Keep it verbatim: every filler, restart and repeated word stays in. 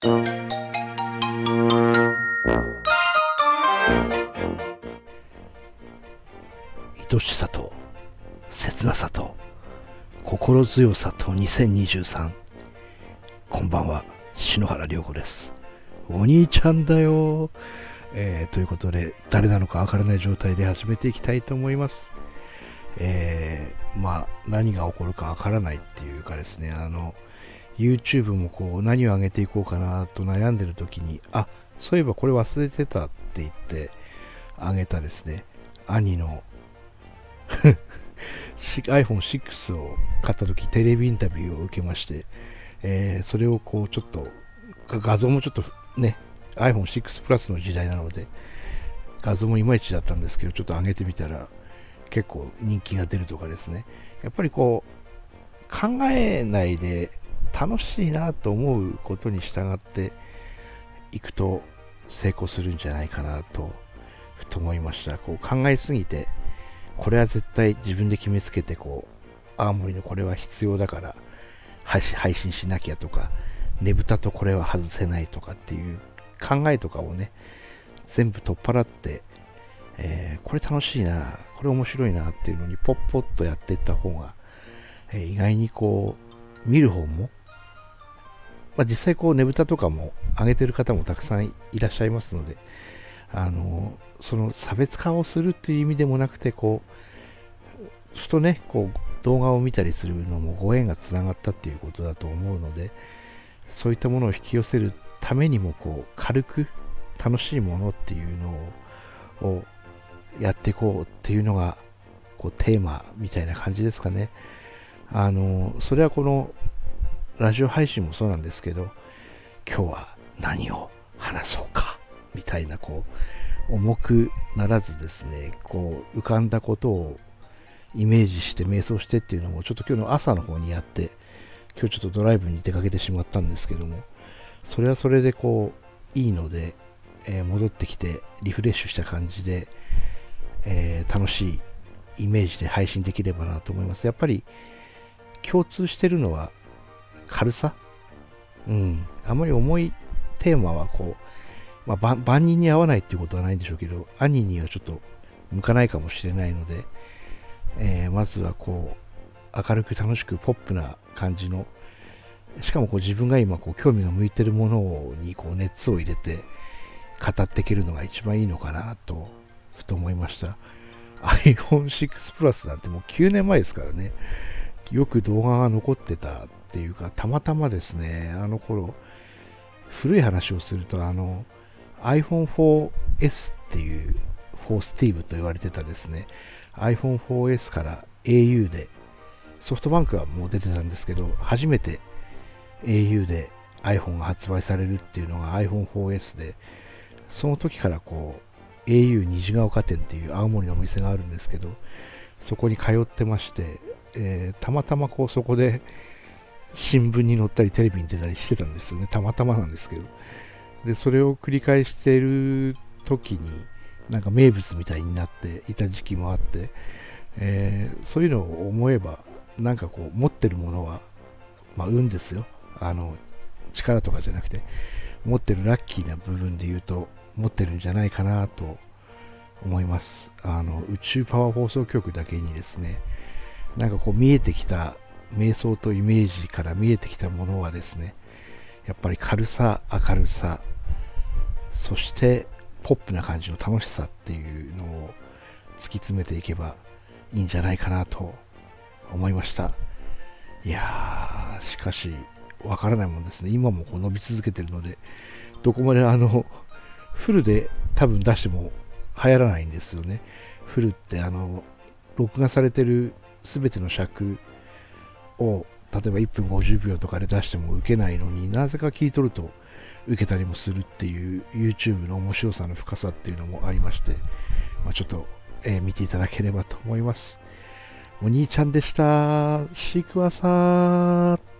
愛しさと切なさと心強さとにせんにじゅうさん。こんばんは、篠原涼子です。お兄ちゃんだよ、えー、ということで誰なのかわからない状態で始めていきたいと思います。えー、まあ何が起こるかわからないっていうかですね、あの YouTube もこう何を上げていこうかなと悩んでる時に、あ、そういえばこれ忘れてたって言って上げたですね、兄のアイフォンシックス を買った時テレビインタビューを受けまして、えー、それをこうちょっと画像もちょっとね アイフォンシックス プラスの時代なので画像もいまいちだったんですけど、ちょっと上げてみたら結構人気が出るとかですね、やっぱりこう考えないで楽しいなと思うことに従っていくと成功するんじゃないかなとふと思いました。こう考えすぎてこれは絶対自分で決めつけて、こう青森のこれは必要だから配信配信しなきゃとか、ねぶたとこれは外せないとかっていう考えとかをね全部取っ払って、えー、これ楽しいな、これ面白いなっていうのにポッポッとやっていった方が、えー、意外にこう見る方も、まあ、実際こうねぶたとかも上げてる方もたくさんいらっしゃいますので、あのその差別化をするっていう意味でもなくて、こうふとねこう動画を見たりするのもご縁がつながったっていうことだと思うので、そういったものを引き寄せるためにもこう軽く楽しいものっていうのをやっていこうっていうのがこうテーマみたいな感じですかね。あのそれはこのラジオ配信もそうなんですけど、今日は何を話そうかみたいな、こう重くならずですね、こう浮かんだことをイメージして瞑想してっていうのもちょっと今日の朝の方にやって、今日ちょっとドライブに出かけてしまったんですけども、それはそれでこういいので、えー、戻ってきてリフレッシュした感じで、えー、楽しいイメージで配信できればなと思います。やっぱり共通してるのは軽さ、うん、あまり重いテーマはこう、まあ、万人に合わないっていうことはないんでしょうけど、兄にはちょっと向かないかもしれないので、えー、まずはこう明るく楽しくポップな感じの、しかもこう自分が今こう興味が向いてるものにこう熱を入れて語っていけるのが一番いいのかなとふと思いました。 アイフォンシックス プラスなんてもうきゅうねんまえですからね。よく動画が残ってたっていうか、たまたまですね、あの頃古い話をすると、あの アイフォンフォーエス っていうフォースティーブと言われてたですね、 アイフォンフォーエス から エーユー で、ソフトバンクはもう出てたんですけど、初めて エーユー で iPhone が発売されるっていうのが アイフォンフォーエス で、その時からこう エーユー 虹ヶ丘店っていう青森のお店があるんですけど、そこに通ってまして、えー、たまたまこうそこで新聞に載ったりテレビに出たりしてたんですよね。たまたまなんですけど、でそれを繰り返している時になんか名物みたいになっていた時期もあって、えー、そういうのを思えば、なんかこう持ってるものは、まあ、運ですよ。あの力とかじゃなくて、持ってるラッキーな部分で言うと持ってるんじゃないかなと思います。あの宇宙パワー放送局だけにですね、なんかこう見えてきた瞑想とイメージから見えてきたものはですね、やっぱり軽さ、明るさ、そしてポップな感じの楽しさっていうのを突き詰めていけばいいんじゃないかなと思いました。いやー、しかしわからないもんですね。今もこう伸び続けてるので、どこまであのフルで多分出しても流行らないんですよね。フルってあの録画されてる全ての尺を例えばいっぷんごじゅうびょうとかで出しても受けないのに、なぜか切り取ると受けたりもするっていう YouTube の面白さの深さっていうのもありまして、まあ、ちょっと、えー、見ていただければと思います。お兄ちゃんでした。シークワーサー。